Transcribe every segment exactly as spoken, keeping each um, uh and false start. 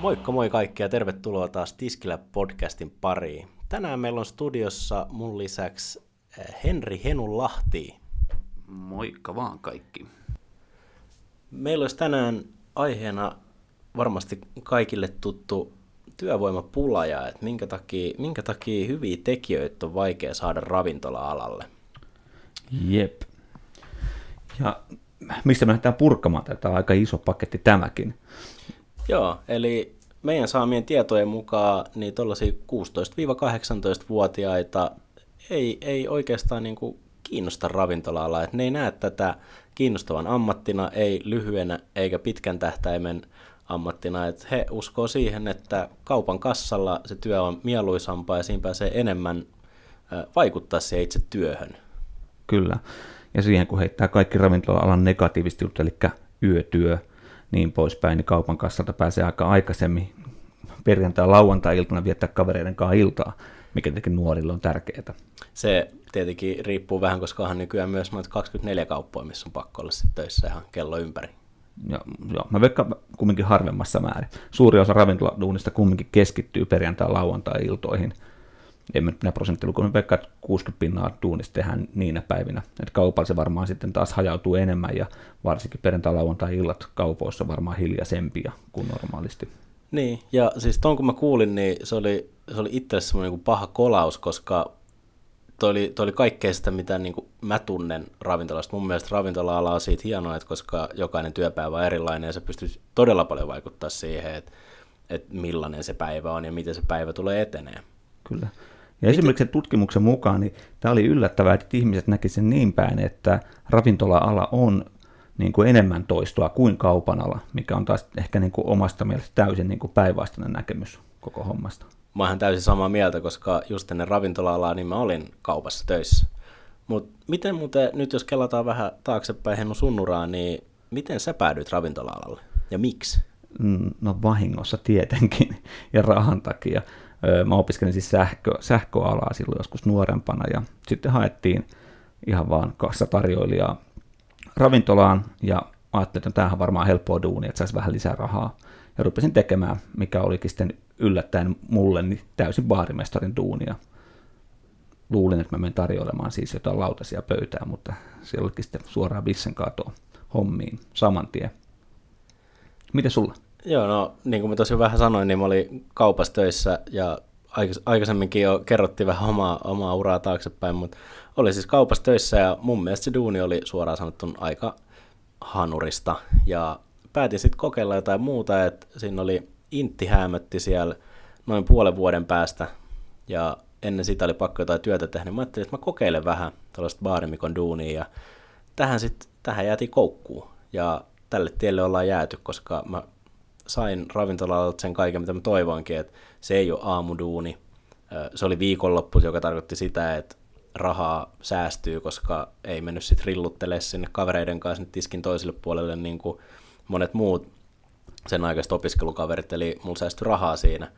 Moikka moi kaikki ja tervetuloa taas Tiskilä-podcastin pariin. Tänään meillä on studiossa mun lisäksi Henri Henunlahti. Moikka vaan kaikki. Meillä olisi tänään aiheena varmasti kaikille tuttu työvoimapula ja että minkä takia, minkä takia hyviä tekijöitä on vaikea saada ravintola-alalle. Jep. Ja mistä me lähdetään purkamaan tätä? Aika iso paketti tämäkin. Joo, eli meidän saamien tietojen mukaan niin tuollaisia kuusitoista-kahdeksantoista-vuotiaita ei, ei oikeastaan niin kuin kiinnosta ravintola-alaa, että ne ei näe tätä kiinnostavan ammattina, ei lyhyenä eikä pitkän tähtäimen ammattina, että he uskoo siihen, että kaupan kassalla se työ on mieluisampaa ja siinä pääsee enemmän vaikuttaa siihen itse työhön. Kyllä, ja siihen kun heittää kaikki ravintola-alan negatiivisesti jutut, eli yötyö, niin poispäin, niin kaupan kassalta pääsee aika aikaisemmin perjantai-lauantai-iltana viettää kavereiden kanssa iltaa, mikä tietenkin nuorille on tärkeää. Se tietenkin riippuu vähän, koska onhan nykyään myös noita kaksikymmentäneljä kauppoja, missä on pakko olla sit töissä ihan kello ympäri. Ja, joo, mä veikkaan kumminkin harvemmassa määrin. Suuri osa ravintoladuunista kumminkin keskittyy perjantai-lauantai-iltoihin. En mä nämä prosenttilukuun, mä veikkaan, että kuusikymmentä pinnaa duunista tehdään niinä päivinä. Että kaupalla se varmaan sitten taas hajautuu enemmän ja varsinkin perjantai-lauantai-illat kaupoissa varmaan hiljaisempia kuin normaalisti. Niin, ja siis ton kun mä kuulin, niin se oli, se oli itselle semmoinen niin paha kolaus, koska toi oli, toi oli kaikkea sitä, mitä niin kuin mä tunnen ravintolasta. Mun mielestä ravintola-ala on siitä hienoa, että koska jokainen työpäivä on erilainen ja se pystyy todella paljon vaikuttaa siihen, että, että millainen se päivä on ja miten se päivä tulee etenee. Kyllä. Ja esimerkiksi tutkimuksen mukaan niin tämä oli yllättävää, että ihmiset näkivät sen niin päin, että ravintola-ala on niin kuin enemmän toistoa kuin kaupan ala, mikä on taas ehkä niin kuin omasta mielestä täysin niin kuin päinvastainen näkemys koko hommasta. Mä oon täysin samaa mieltä, koska just ennen ravintola-alaa niin mä olin kaupassa töissä. Mutta miten muuten, nyt jos kelataan vähän taaksepäin Hennu Sunnuraa, niin miten sä päädyit ravintola-alalle ja miksi? No vahingossa tietenkin ja rahan takia. Mä opiskelin siis sähkö, sähköalaa silloin joskus nuorempana ja sitten haettiin ihan vaan kassatarjoilijaa ravintolaan ja ajattelin, että tämähän on varmaan helppoa duunia, että saisi vähän lisää rahaa. Ja rupesin tekemään, mikä olikin sitten yllättäen mulle niin täysin baarimestarin duunia. Luulin, että mä menen tarjoilemaan siis jotain lautasia pöytään, mutta siellä olikin sitten suoraan bissen katoa hommiin saman tien. Miten sulla? Joo, no niin kuin mä tosiaan vähän sanoin, niin mä olin kaupassa töissä ja aikaisemminkin jo kerrottiin vähän omaa, omaa uraa taaksepäin, mutta olin siis kaupassa töissä ja mun mielestä se duuni oli suoraan sanottuna aika hanurista ja päätin sitten kokeilla jotain muuta, että siinä oli Intti häämötti siellä noin puolen vuoden päästä ja ennen sitä oli pakko jotain työtä tehdä, niin mä ajattelin, että mä kokeilen vähän tällaista baarimikon duunia ja tähän sitten tähän jäätiin koukkuun ja tälle tielle ollaan jääty, koska mä sain ravintolalta sen kaiken, mitä mä toivoinkin, että se ei ole aamuduuni. Se oli viikonloppu, joka tarkoitti sitä, että rahaa säästyy, koska ei mennyt sitten rilluttelemaan sinne kavereiden kanssa sinne tiskin toiselle puolelle niin kuin monet muut sen aikaiset opiskelukaverit, eli mulla säästyi rahaa siinä.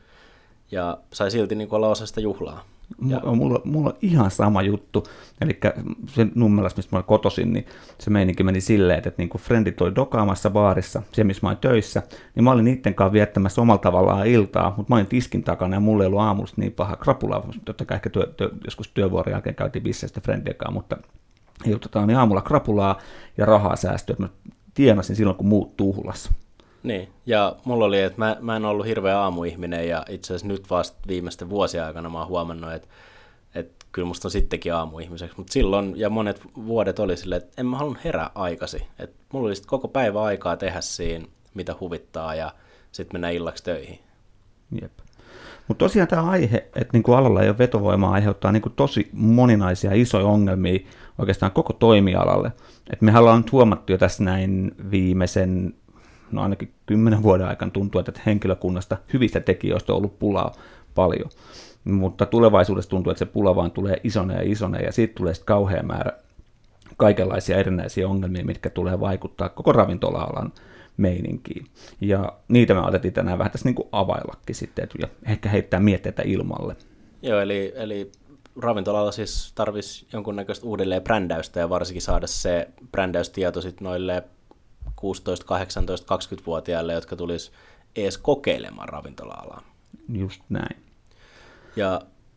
Ja sai silti niin kuin olla osa sitä juhlaa. Ja mulla, mulla on ihan sama juttu, eli se Nummelassa, mistä mä olin kotoisin, niin se meininki meni silleen, että niin kuin frendit oli dokaamassa baarissa, se missä mä olin töissä, niin mä olin niiden kanssa viettämässä omalla tavallaan iltaa, mutta mä olin tiskin takana ja mulla ei ollut aamulla niin paha krapula, totta kai ehkä työ, työ, joskus työvuoron jälkeen käytiin bisseistä frendien kanssa, mutta ei otetaan niin aamulla krapulaa ja rahaa säästyä, että mä tienasin silloin, kun muut tuhlassa. Niin, ja mulla oli, että mä, mä en ollut hirveä aamuihminen, ja itse asiassa nyt vasta viimeisten vuosien aikana mä oon huomannut, että, että kyllä musta on sittenkin aamuihmiseksi, mutta silloin ja monet vuodet oli silleen, että en mä halunnut herää aikaisin, että mulla oli sitten koko päivä aikaa tehdä siinä, mitä huvittaa, ja sitten mennä illaksi töihin. Jep. Mutta tosiaan tämä aihe, että niinku alalla ei ole vetovoimaa, aiheuttaa niinku tosi moninaisia isoja ongelmia oikeastaan koko toimialalle. Et mehän ollaan nyt huomattu jo tässä näin viimeisen no ainakin kymmenen vuoden aikana tuntuu, että henkilökunnasta hyvistä tekijöistä on ollut pulaa paljon, mutta tulevaisuudessa tuntuu, että se pula vaan tulee isoneen ja isoneen, ja siitä tulee sitten kauhea määrä kaikenlaisia erinäisiä ongelmia, mitkä tulee vaikuttaa koko ravintola-alan meininkiin. Ja niitä me otettiin tänään vähän tässä niin kuin availlakin sitten, ja ehkä heittää mietteitä ilmalle. Joo, eli, eli ravintolalla siis tarvitsisi jonkunnäköistä uudelleen brändäystä, ja varsinkin saada se brändäystieto sitten noille kuusitoista, kahdeksantoista, kaksikymmentävuotiaille, jotka tulisi edes kokeilemaan ravintola-alaa. Just näin. Ja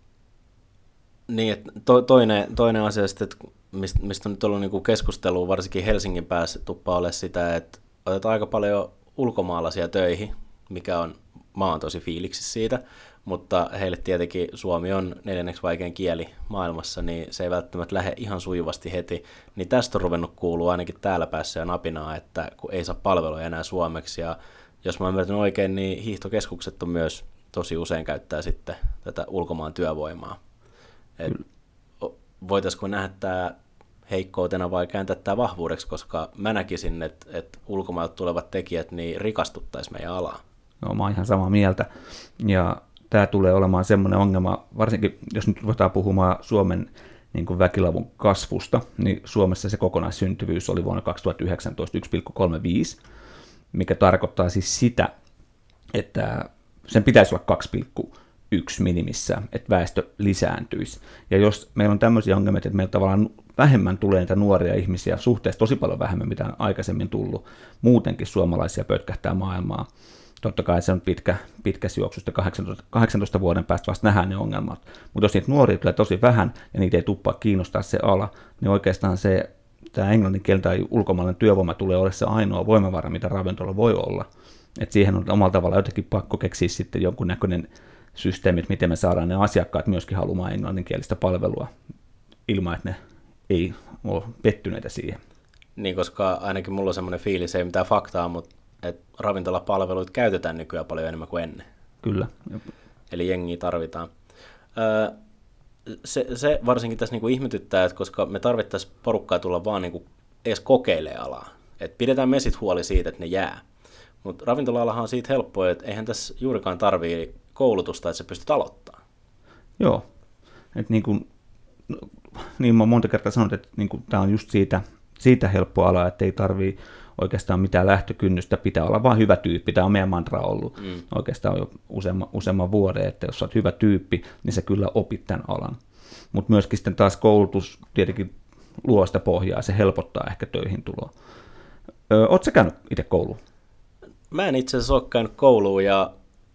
niin, että to, toinen, toinen asia sitten, että mistä, mistä on nyt ollut niinku keskustelua, varsinkin Helsingin päässä tuppaa ole sitä, että otetaan aika paljon ulkomaalaisia töihin, mikä on, mä oon tosi fiiliksi siitä, mutta heille tietenkin suomi on neljänneksi vaikein kieli maailmassa, niin se ei välttämättä lähde ihan sujuvasti heti. Niin tästä on ruvennut kuulua ainakin täällä päässä ja napinaa, että kun ei saa palveluja enää suomeksi. Ja jos mä ymmärrän oikein, niin hiihtokeskukset on myös tosi usein käyttää sitten tätä ulkomaan työvoimaa. Voitaisiko nähdä tämä heikkoutena vai kääntää tämä vahvuudeksi, koska mä näkisin, että, että ulkomailta tulevat tekijät niin rikastuttaisi meidän alaa. No, mä oon ihan samaa mieltä. Ja tämä tulee olemaan semmoinen ongelma, varsinkin jos nyt ruvetaan puhumaan Suomen niin kuin väkilavun kasvusta, niin Suomessa se kokonaissyntyvyys oli vuonna kaksituhattayhdeksäntoista yksi pilkku kolmekymmentäviisi, mikä tarkoittaa siis sitä, että sen pitäisi olla kaksi pilkku yksi minimissä, että väestö lisääntyisi. Ja jos meillä on tämmöisiä ongelmia, että meillä tavallaan vähemmän tulee niitä nuoria ihmisiä, suhteessa tosi paljon vähemmän, mitä on aikaisemmin tullut, muutenkin suomalaisia pötkähtää maailmaa. Totta kai se on pitkä, pitkä juoksusta, kahdeksantoista, kahdeksantoista vuoden päästä vasta nähdään ne ongelmat. Mutta jos niitä nuoria tulee tosi vähän ja niitä ei tuppaa kiinnostaa se ala, niin oikeastaan se, tämä englannin kieli tai ulkomaalainen työvoima tulee olla se ainoa voimavara, mitä ravintola voi olla. Et siihen on omalla tavalla jotenkin pakko keksiä sitten jonkunnäköinen systeemi, että miten me saadaan ne asiakkaat myöskin haluamaan englanninkielistä palvelua ilman, että ne ei ole pettyneitä siihen. Niin, koska ainakin mulla on semmoinen fiilis, ei mitään faktaa, mutta että ravintolapalveluita käytetään nykyään paljon enemmän kuin ennen. Kyllä. Eli jengiä tarvitaan. Öö, se, se varsinkin tässä niinku ihmetyttää, että koska me tarvittaisiin porukkaa tulla vaan niinku edes kokeilemaan alaa. Et pidetään me sit huoli siitä, että ne jää. Mutta ravintola-alahan on siitä helppoa, että eihän tässä juurikaan tarvii koulutusta, että sä pystyt aloittamaan. Joo. Et niin, kuin, niin mä monta kertaa sanonut, että niin tämä on just siitä, siitä helppoa alaa, että ei tarvii oikeastaan mitään lähtökynnystä, pitää olla vain hyvä tyyppi. Tämä on meidän mantra ollut mm. oikeastaan jo useamman, useamman vuoden, että jos olet hyvä tyyppi, niin sä kyllä opit tämän alan. Mutta myöskin sitten taas koulutus tietenkin luo sitä pohjaa, se helpottaa ehkä töihin tuloa. Oletko sä käynyt itse kouluun? Mä en itse asiassa ole käynyt kouluun, ja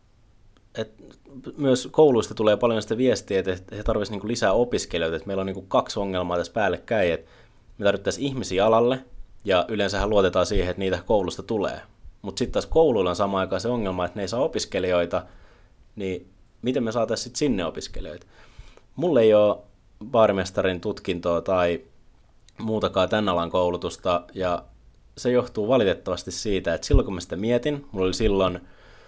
et myös kouluista tulee paljon sitä viestiä, että he tarvitsisivat niinku lisää opiskelijoita, että meillä on niinku kaksi ongelmaa tässä päällekkäin, että me tarvittaisiin ihmisiä alalle, ja yleensähän luotetaan siihen, että niitä koulusta tulee. Mutta sitten taas kouluilla on samaan aikaan se ongelma, että ne ei saa opiskelijoita, niin miten me saataisiin sitten sinne opiskelijoita? Mulla ei ole baarimestarin tutkintoa tai muutakaan tämän alan koulutusta, ja se johtuu valitettavasti siitä, että silloin kun mä sitä mietin, mulla oli silloin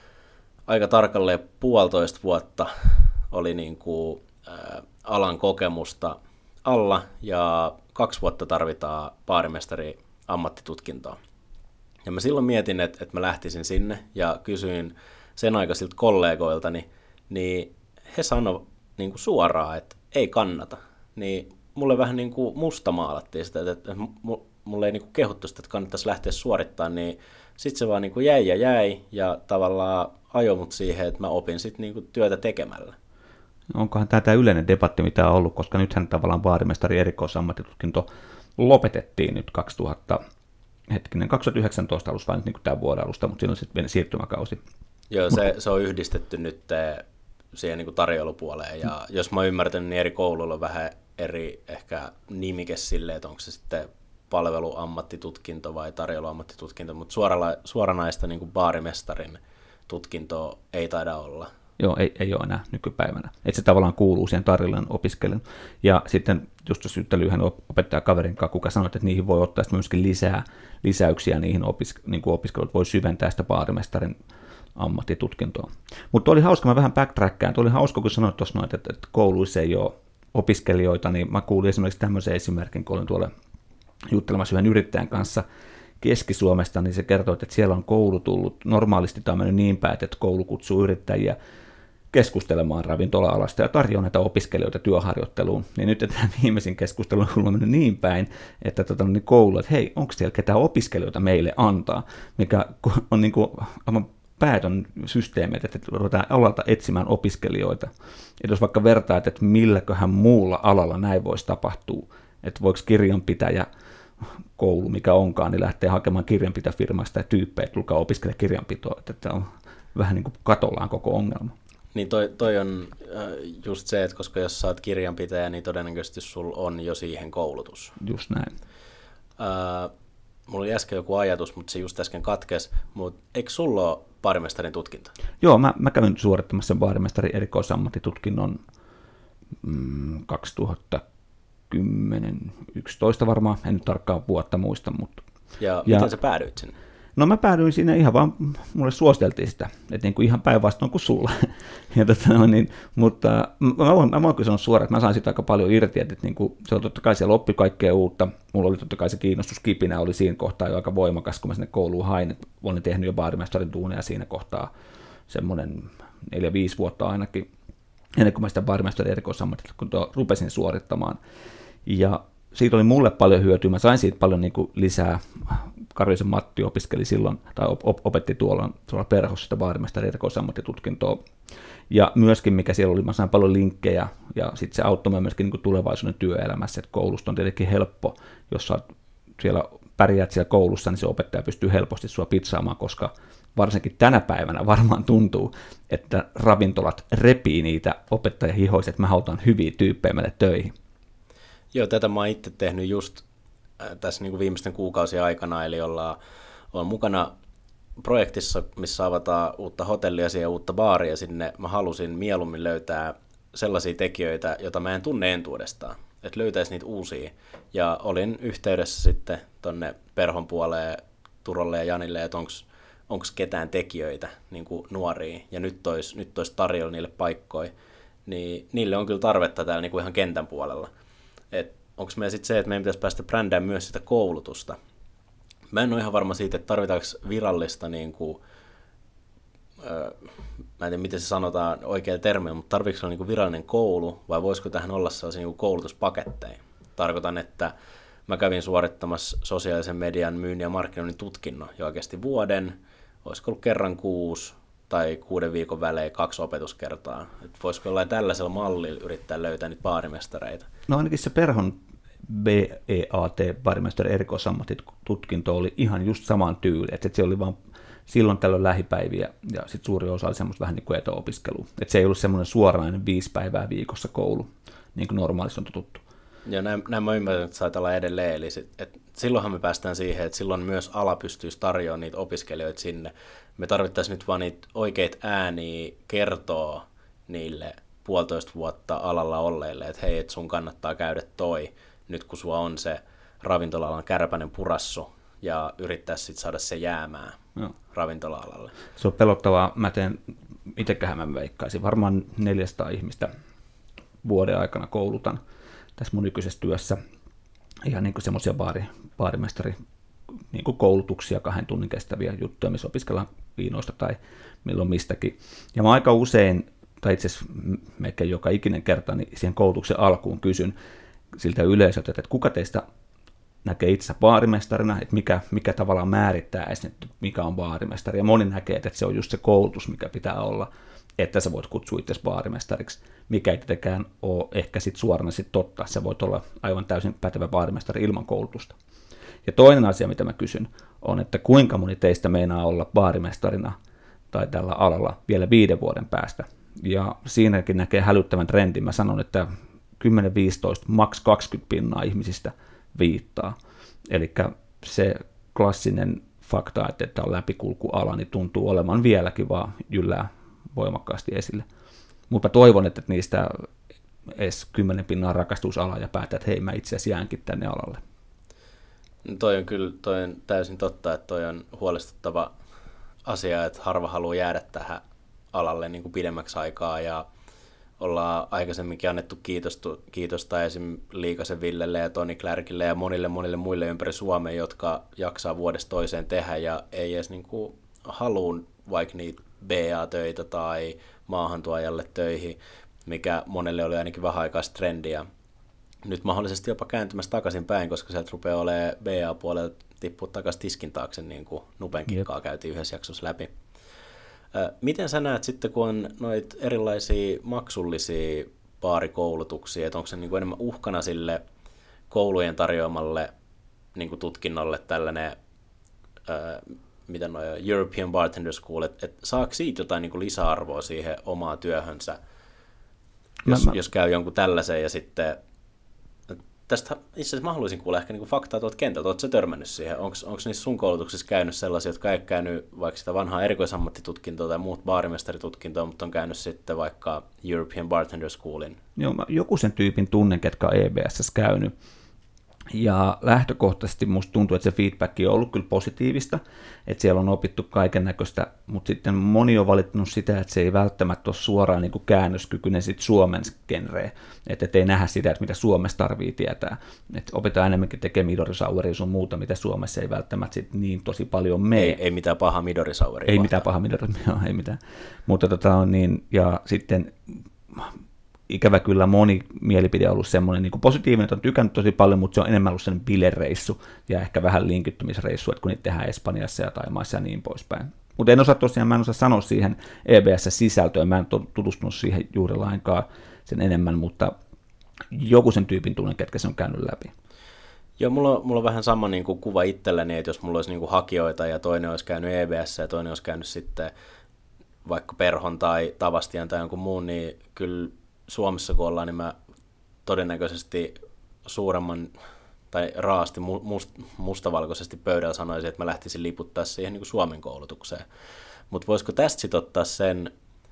aika tarkalleen puolitoista vuotta oli niin kuin, ä, alan kokemusta alla, ja kaksi vuotta tarvitaan baarimestari ammattitutkintoa. Ja mä silloin mietin, että, että mä lähtisin sinne ja kysyin sen aikaisilta kollegoiltani, niin he sanoivat niin kuin suoraan, että ei kannata. Niin mulle vähän niin kuin mustamaalattiin sitä, että mulle ei niin kuin kehuttu sitä, että kannattaisi lähteä suorittamaan, niin sitten se vaan niin kuin jäi ja jäi ja tavallaan ajoi mut siihen, että mä opin sitten niin kuin työtä tekemällä. Onkohan tämä, tämä yleinen debatti, mitä on ollut, koska nythän tavallaan baarimestari erikoisammattitutkinto lopetettiin nyt kaksituhatta, hetkinen, kaksituhattayhdeksäntoista alussa, vai nyt niin kuin tämän vuoden alusta, mutta siinä on sitten siirtymäkausi. Joo, se, se on yhdistetty nyt siihen niin kuin tarjoulupuoleen, ja mm. jos mä oon ymmärtänyt, niin eri kouluilla on vähän eri ehkä nimike silleen, että onko se sitten palveluammattitutkinto vai tarjouluammattitutkinto, mutta suorala, suoranaista niin kuin baarimestarin tutkintoa ei taida olla. Joo, ei, ei ole enää nykypäivänä. Että se tavallaan kuuluu siihen tarjoilijan opiskelijan. Ja sitten just jos juttelin yhden opettajakaverin kanssa, kuka sanoi, että niihin voi ottaa myöskin lisää lisäyksiä, niihin opisk- niin kuin opiskelut voi syventää sitä baarimestarin ammattitutkintoa. Mutta oli hauska, mä vähän backtrackkaan, oli hauska, kun sanoit tuossa noin, että, että kouluissa ei ole opiskelijoita, niin mä kuulin esimerkiksi tämmöisen esimerkin, kun olin tuolla juttelemassa yhden yrittäjän kanssa Keski-Suomesta, niin se kertoo, että siellä on koulu tullut, normaalisti tämä on mennyt niin päin, että koulu kutsuu yrittäjiä keskustelemaan ravintola-alasta ja tarjoaa näitä opiskelijoita työharjoitteluun. Niin nyt tämä viimeisin keskustelu on mennyt niin päin, että tota, niin koulu, että hei, onko siellä ketään opiskelijoita meille antaa, mikä on niin kuin aivan päätön systeemi, että ruvetaan alalta etsimään opiskelijoita. Ja jos vaikka vertaa, että milläköhän muulla alalla näin voisi tapahtua, että voiko kirjanpitäjä koulu, mikä onkaan, niin lähtee hakemaan kirjanpitäjäfirmasta ja tyyppejä, että tulkaa opiskele kirjanpitoa. Että on vähän niin kuin katollaan koko ongelma. Niin toi, toi on just se, että koska jos sä oot kirjanpitäjä, niin todennäköisesti sulla on jo siihen koulutus. Just näin. Uh, mulla oli äsken joku ajatus, mutta se just äsken katkesi, mutta eikö sulla ole baarimestarin tutkinto? Joo, mä, mä kävin suorittamassa sen baarimestarin erikoisammattitutkinnon mm, kaksituhattakymmenen yksitoista varmaan, en nyt tarkkaan vuotta muista. Mutta, ja, ja miten sä päädyit sinne? No mä päädyin siinä ihan vaan, mulle suositeltiin sitä, että niin kuin ihan päinvastoin kuin sulla. ja tota, no niin, mutta mä voin, mä voin kyllä sanoa suoraan, että mä sain sitä aika paljon irti, että niin kuin, se on totta kai siellä oppi kaikkea uutta. Mulla oli totta kai se kiinnostuskipinä, oli siinä kohtaa jo aika voimakas, kun mä sinne kouluun hain, että olin tehnyt jo baarimestarin duuneja siinä kohtaa semmoinen neljä, viisi vuotta ainakin, ennen kuin mä sitä baarimestarin erikoisammattia rupesin suorittamaan. Ja siitä oli mulle paljon hyötyä, mä sain siitä paljon niin kuin lisää. Karjisen Matti opiskeli silloin, tai op- opetti tuolla, tuolla Perhossa sitä baarimestarin erikoisammattitutkintoa. Ja myöskin, mikä siellä oli, mä sain paljon linkkejä, ja sitten se auttoi myöskin niin kuin tulevaisuuden työelämässä, että koulusta on tietenkin helppo, jos sä siellä, pärjäät siellä koulussa, niin se opettaja pystyy helposti sua pitsaamaan, koska varsinkin tänä päivänä varmaan tuntuu, että ravintolat repii niitä opettajahihoisia, että mä halutaan hyviä tyyppejä meille töihin. Joo, tätä mä oon itse tehnyt just tässä niin kuin viimeisten kuukausien aikana, eli ollaan, ollaan mukana projektissa, missä avataan uutta hotellia ja uutta baaria sinne. Mä halusin mieluummin löytää sellaisia tekijöitä, joita mä en tunne entuudestaan, että löytäisi niitä uusia. Ja olin yhteydessä sitten tonne Perhon puoleen, Turolle ja Janille, että onko ketään tekijöitä, niin kuin nuoria, ja nyt olisi nyt olis tarjolla niille paikkoja, niin niille on kyllä tarvetta täällä niin kuin ihan kentän puolella. Et onko meillä sitten se, että meidän pitäisi päästä brändään myös sitä koulutusta? Mä en ole ihan varma siitä, että tarvitaanko virallista, niin kuin, öö, mä en tiedä miten se sanotaan oikein termillä, mutta tarvitseeko olla niin kuin virallinen koulu, vai voisiko tähän olla sellaisia niin kuin koulutuspaketteja? Tarkoitan, että mä kävin suorittamassa sosiaalisen median myynnin ja markkinoinnin tutkinnon jo oikeasti vuoden, olisiko ollut kerran kuusi tai kuuden viikon välein kaksi opetuskertaa. Et voisiko jollain tällaisella mallilla yrittää löytää niitä baarimestareita? No ainakin se Perhon B E A T, baarimestarin erikoisammattitutkinto, oli ihan just saman tyyli, että se oli vaan silloin tällöin lähipäiviä, ja sitten suuri osa oli semmoista vähän niin kuin etäopiskelua. Että se ei ollut semmoinen suoranainen viisi päivää viikossa koulu, niin kuin normaalisti on totuttu. Ja näin, näin mä ymmärrän, että sait olla edelleen, eli sit, et silloinhan me päästään siihen, että silloin myös ala pystyisi tarjoamaan niitä opiskelijoita sinne. Me tarvittaisiin nyt vaan niitä oikeita ääniä kertoa niille puolitoista vuotta alalla olleille, että hei, että sun kannattaa käydä toi, nyt kun sulla on se ravintola-alan kärpänen purassu, ja yrittää sitten saada se jäämään no. ravintola-alalle. Se on pelottavaa. Mä teen, itseköhän mä veikkaisin, varmaan neljäsataa ihmistä vuoden aikana koulutan tässä mun nykyisessä työssä. Ihan niin kuin semmoisia baari, baarimestari niin kuin koulutuksia, kahden tunnin kestäviä juttuja, missä opiskellaan viinoista tai milloin mistäkin. Ja mä aika usein, tai itse asiassa melkein joka ikinen kerta, niin siihen koulutuksen alkuun kysyn siltä yleisöltä, että kuka teistä näkee itsensä baarimestarina, että mikä, mikä tavallaan määrittää edes, että mikä on baarimestari. Ja moni näkee, että se on just se koulutus, mikä pitää olla, että sä voit kutsua itsesi baarimestariksi, mikä ei tietenkään ole ehkä sit suoranaisesti totta. Sä voit olla aivan täysin pätevä baarimestari ilman koulutusta. Ja toinen asia, mitä mä kysyn, on, että kuinka moni teistä meinaa olla baarimestarina tai tällä alalla vielä viiden vuoden päästä. Ja siinäkin näkee hälyttävän trendin. Mä sanon, että kymmenen viisitoista, maks kaksikymmentä pinnaa ihmisistä viittaa. Eli se klassinen fakta, että tämä on läpikulkuala, niin tuntuu olevan vieläkin vaan jyllää voimakkaasti esille. Mutta toivon, että niistä edes kymmenen pinnaa rakastuisi ala ja päätää, että hei, mä itse asiassa jäänkin tänne alalle. No toi on kyllä toi on täysin totta, että toi on huolestuttava asia, että harva haluaa jäädä tähän alalle niin kuin pidemmäksi aikaa, ja ollaan aikaisemminkin annettu kiitosta, kiitosta esim. Liikasen Villelle ja Toni Klärkille ja monille monille muille ympäri Suomea, jotka jaksaa vuodesta toiseen tehdä ja ei edes niin kuin halua vaikka niitä B A-töitä tai maahantuojalle töihin, mikä monelle oli ainakin vähän aikaa trendiä. Nyt mahdollisesti jopa kääntymässä takaisin päin, koska sieltä rupeaa olemaan B A-puolella tippua takaisin tiskin taakse, niin kuin Nuben kikkaa käytiin yhdessä jaksossa läpi. Miten sä näet sitten, kun on noita erilaisia maksullisia baarikoulutuksia, että onko se niin kuin enemmän uhkana sille koulujen tarjoamalle niin kuin tutkinnolle tällainen, miten noi European Bartender School, että et saako siitä jotain niin kuin lisäarvoa siihen omaan työhönsä, jos, mä, jos käy jonkun tällaisen ja sitten, tästä itse asiassa mä haluaisin kuulla ehkä niin kuin faktaa tuolta kentältä, ootko sä törmännyt siihen, onko niissä sun koulutuksissa käynyt sellaisia, jotka ei käynyt vaikka sitä vanhaa erikoisammattitutkintoa tai muut baarimestaritutkintoa, mutta on käynyt sitten vaikka European Bartender Schoolin? Joo, mä joku sen tyypin tunnen, ketkä on E B S käynyt. Ja lähtökohtaisesti musta tuntuu, että se feedback on ollut kyllä positiivista, että siellä on opittu kaiken näköistä, mutta sitten moni on valittanut sitä, että se ei välttämättä ole suoraan niin kuin käännöskykyinen sit Suomen genreen, että et ei nähdä sitä, että mitä Suomessa tarvii tietää, että opetaan enemmänkin tekemään Midori-Saueria sun muuta, mitä Suomessa ei välttämättä sit niin tosi paljon mene. Ei, ei mitään paha Midori-Saueria. Ei mitään paha Midori, ei mitään, mutta tota on niin, ja sitten ikävä kyllä moni mielipide on ollut semmoinen niin kuin positiivinen, että on tykännyt tosi paljon, mutta se on enemmän ollut sellainen bilereissu ja ehkä vähän linkittymisreissu, että kun niitä tehdään Espanjassa ja Taimaassa ja niin poispäin. Mutta en osaa tosiaan, mä en osaa sanoa siihen E B S-sisältöön, mä en tutustunut siihen juuri lainkaan sen enemmän, mutta joku sen tyypin tunnen, ketkä se on käynyt läpi. Joo, mulla on, mulla on vähän sama niin kuin kuva itselläni, että jos mulla olisi niin kuin hakijoita ja toinen olisi käynyt E B S ja toinen olisi käynyt sitten vaikka Perhon tai Tavastian tai jonkun muun, niin kyllä Suomessa kun ollaan, niin mä todennäköisesti suuremman tai raasti must, mustavalkoisesti pöydällä sanoisin, että mä lähtisin liputtaa siihen niin kuin Suomen koulutukseen. Mutta voisiko tästä sitten ottaa sen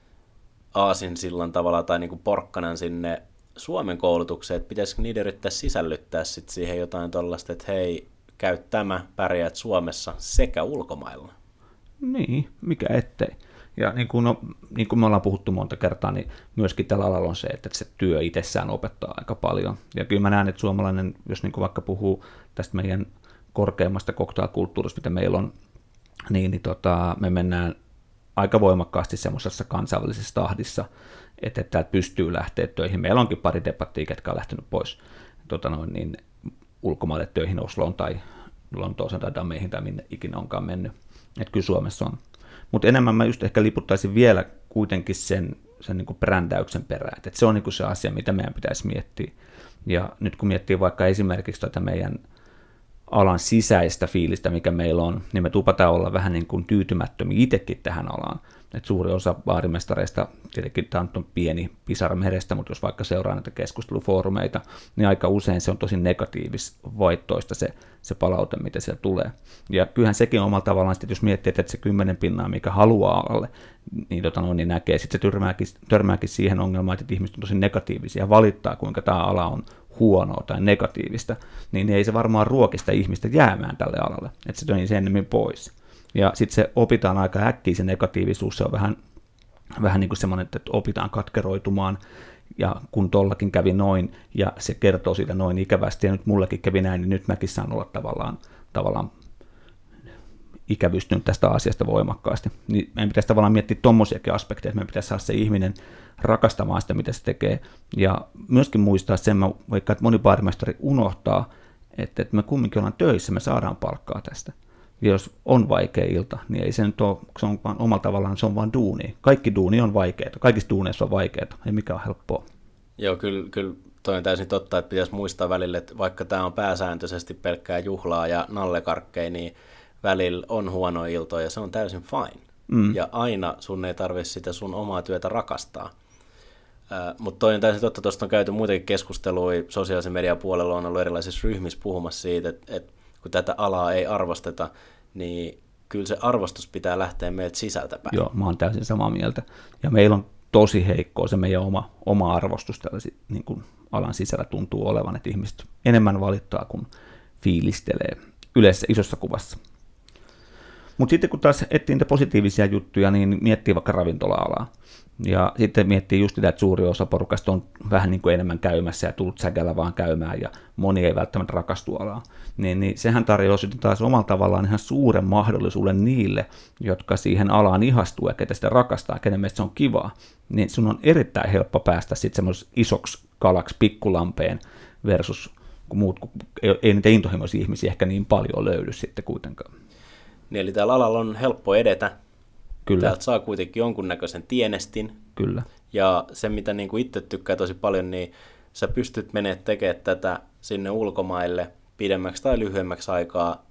aasinsillan tavalla tai niin kuin porkkanan sinne Suomen koulutukseen, että pitäisikö niiden yrittää sisällyttää sit siihen jotain tuollaista, että hei, käy tämä, pärjäät Suomessa sekä ulkomailla. Niin, mikä ettei. Ja niin kuin, no, niin kuin me ollaan puhuttu monta kertaa, niin myöskin tällä alalla on se, että se työ itsessään opettaa aika paljon. Ja kyllä mä näen, että suomalainen, jos niin kuin vaikka puhuu tästä meidän korkeimmasta cocktailkulttuurista, mitä meillä on, niin, niin tota, me mennään aika voimakkaasti semmoisessa kansainvälisessä tahdissa, että, että täältä pystyy lähteä töihin. Meillä onkin pari debattia, ketkä on lähtenyt pois tota noin, niin, ulkomaille töihin Osloon tai Lontooseen tai Dameihin tai minne ikinä onkaan mennyt. Että kyllä Suomessa on. Mutta enemmän mä just ehkä liputtaisin vielä kuitenkin sen, sen niin kuin brändäyksen perään. Että se on niin kuin se asia, mitä meidän pitäisi miettiä. Ja nyt kun miettii vaikka esimerkiksi tätä meidän alan sisäistä fiilistä, mikä meillä on, niin me tupataan olla vähän niin kuin tyytymättömiä itsekin tähän alaan. Et suuri osa baarimestareista, tietenkin tämä on pieni pisara merestä, mutta jos vaikka seuraa näitä keskustelufoorumeita, niin aika usein se on tosi negatiivis-voittoista se, se palaute, mitä siellä tulee. Ja kyllähän sekin on omalla tavallaan, että jos miettii, että se kymmenen pinnaa, mikä haluaa alalle, niin, tota no, niin näkee, sitten se törmääkin, törmääkin siihen ongelmaan, että ihmiset on tosi negatiivisia ja valittaa, kuinka tämä ala on huonoa tai negatiivista, niin ei se varmaan ruokista ihmistä jäämään tälle alalle, että se töi sen enemmän pois. Ja sitten se opitaan aika äkkiä, se negatiivisuus, se on vähän, vähän niin kuin semmoinen, että opitaan katkeroitumaan, ja kun tollakin kävi noin, ja se kertoo siitä noin ikävästi, ja nyt mullekin kävi näin, niin nyt mäkin saan olla tavallaan, tavallaan ikävystynyt tästä asiasta voimakkaasti. Niin meidän pitäisi tavallaan miettiä tommosiakin aspekteja, että meidän pitäisi saada se ihminen rakastamaan sitä, mitä se tekee, ja myöskin muistaa sen, vaikka että moni baarimestari unohtaa, että, että me kumminkin ollaan töissä, me saadaan palkkaa tästä. Ja jos on vaikea ilta, niin ei se nyt ole, se on vaan omalla tavallaan, se on vaan duuni. Kaikki duuni on vaikeaa, kaikissa duuneissa on vaikeaa, ei mikä on helppoa. Joo, kyllä, kyllä toi on täysin totta, että pitäisi muistaa välillä, että vaikka tämä on pääsääntöisesti pelkkää juhlaa ja nallekarkkeja, niin välillä on huono iltoja ja se on täysin fine. Mm. Ja aina sun ei tarvitse sitä sun omaa työtä rakastaa. Äh, mutta toi on täysin totta, tuosta on käyty muitakin keskusteluja sosiaalisen median puolella, on ollut erilaisissa ryhmissä puhumassa siitä, että, että kun tätä alaa ei arvosteta, niin kyllä se arvostus pitää lähteä meiltä sisältäpäin. Joo, mä oon täysin samaa mieltä. Ja meillä on tosi heikkoa se meidän oma, oma arvostus tällaisi, niin kuin alan sisällä tuntuu olevan, että ihmiset enemmän valittaa kuin fiilistelee yleensä isossa kuvassa. Mutta sitten kun taas etsii niitä positiivisia juttuja, niin miettii vaikka ravintola-alaa. Ja sitten miettii just sitä, että suuri osa porukasta on vähän niin kuin enemmän käymässä ja tullut säkällä vaan käymään ja moni ei välttämättä rakastu alaa. Niin, niin sehän tarjoaa sitten taas omalla tavallaan ihan suuren mahdollisuuden niille, jotka siihen alaan ihastuu ja ketä sitä rakastaa, kenen mielestä se on kivaa. Niin sun on erittäin helppo päästä sitten semmoisessa isoksi kalaksi pikkulampeen versus kun muut, kun ei, ei niitä intohimoisia ihmisiä ehkä niin paljon löydy sitten kuitenkaan. Niin, eli täällä alalla on helppo edetä. Kyllä. Täältä saa kuitenkin jonkunnäköisen tienestin. Kyllä. Ja se, mitä niin kuin itse tykkää tosi paljon, niin sä pystyt menemään tekemään tätä sinne ulkomaille pidemmäksi tai lyhyemmäksi aikaa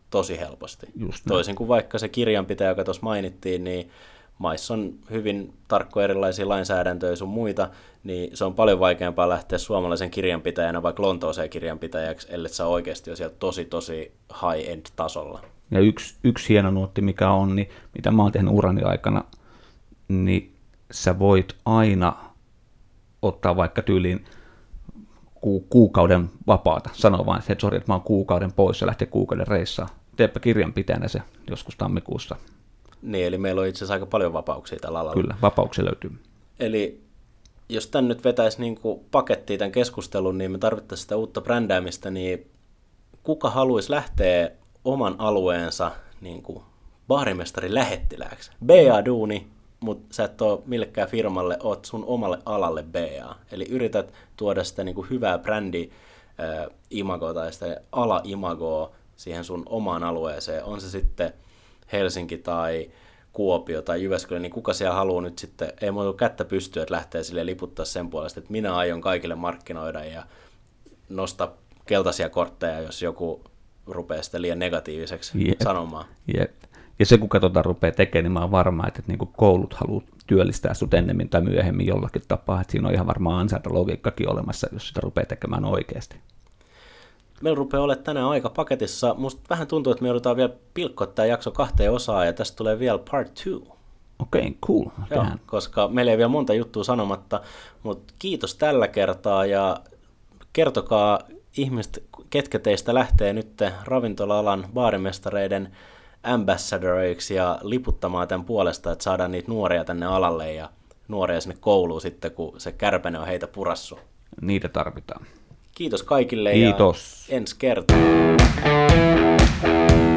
tosi helposti. Just Toisin kuin vaikka se kirjanpitäjä, joka tuossa mainittiin, niin maissa on hyvin tarkkoja erilaisia lainsäädäntöjä sun muita, niin se on paljon vaikeampaa lähteä suomalaisen kirjanpitäjänä vaikka Lontooseen kirjanpitäjäksi, ellei sä oikeasti ole siellä tosi tosi high-end tasolla. Ja yksi, yksi hieno nuotti, mikä on, niin mitä mä oon tehnyt urani aikana, niin sä voit aina ottaa vaikka tyyliin ku, kuukauden vapaata. Sano vain, että sori, että mä oon kuukauden pois ja lähtee kuukauden reissaan. Teepä kirjanpitäjänä se joskus tammikuussa. Niin, eli meillä on itse asiassa aika paljon vapauksia tällä alalla. Kyllä, vapauksia löytyy. Eli jos tän nyt vetäisi niin kuin pakettiin tämän keskustelun, niin me tarvittaisiin sitä uutta brändäämistä, niin kuka haluaisi lähteä oman alueensa niin kuin baarimestarin lähettilääksi? B A-duuni, mutta sä et ole millekään firmalle, oot sun omalle alalle B A. Eli yrität tuoda sitä niin kuin hyvää brändi-imagoa tai sitä ala-imagoa siihen sun omaan alueeseen. On se sitten Helsinki tai Kuopio tai Jyväskylä, niin kuka siellä haluaa nyt sitten, ei muuta kättä pystyä, että lähtee sille liputtaa sen puolesta, että minä aion kaikille markkinoida ja nostaa keltaisia kortteja, jos joku rupeaa sitä liian negatiiviseksi Jep. sanomaan. Jep. Ja se, kuka tota rupeaa tekemään, niin mä oon varma, että, että niin koulut haluaa työllistää sut ennemmin tai myöhemmin jollakin tapaa, että siinä on ihan varmaan ansaintalogiikkakin olemassa, jos sitä rupeaa tekemään oikeasti. Meillä rupeaa olemaan tänään aika paketissa. Musta vähän tuntuu, että me joudutaan vielä pilkkoa tämä jakso kahteen osaan, ja tästä tulee vielä part two. Okei, okay, cool. Joo, koska meillä ei vielä monta juttua sanomatta, mutta kiitos tällä kertaa, ja kertokaa ihmiset, ketkä teistä lähtee nyt ravintola-alan baarimestareiden ambassadoreiksi ja liputtamaan tämän puolesta, että saadaan niitä nuoria tänne alalle ja nuoria sinne kouluun sitten, kun se kärpäne on heitä purassu. Niitä tarvitaan. Kiitos kaikille. Kiitos. Ja ensi kertaa.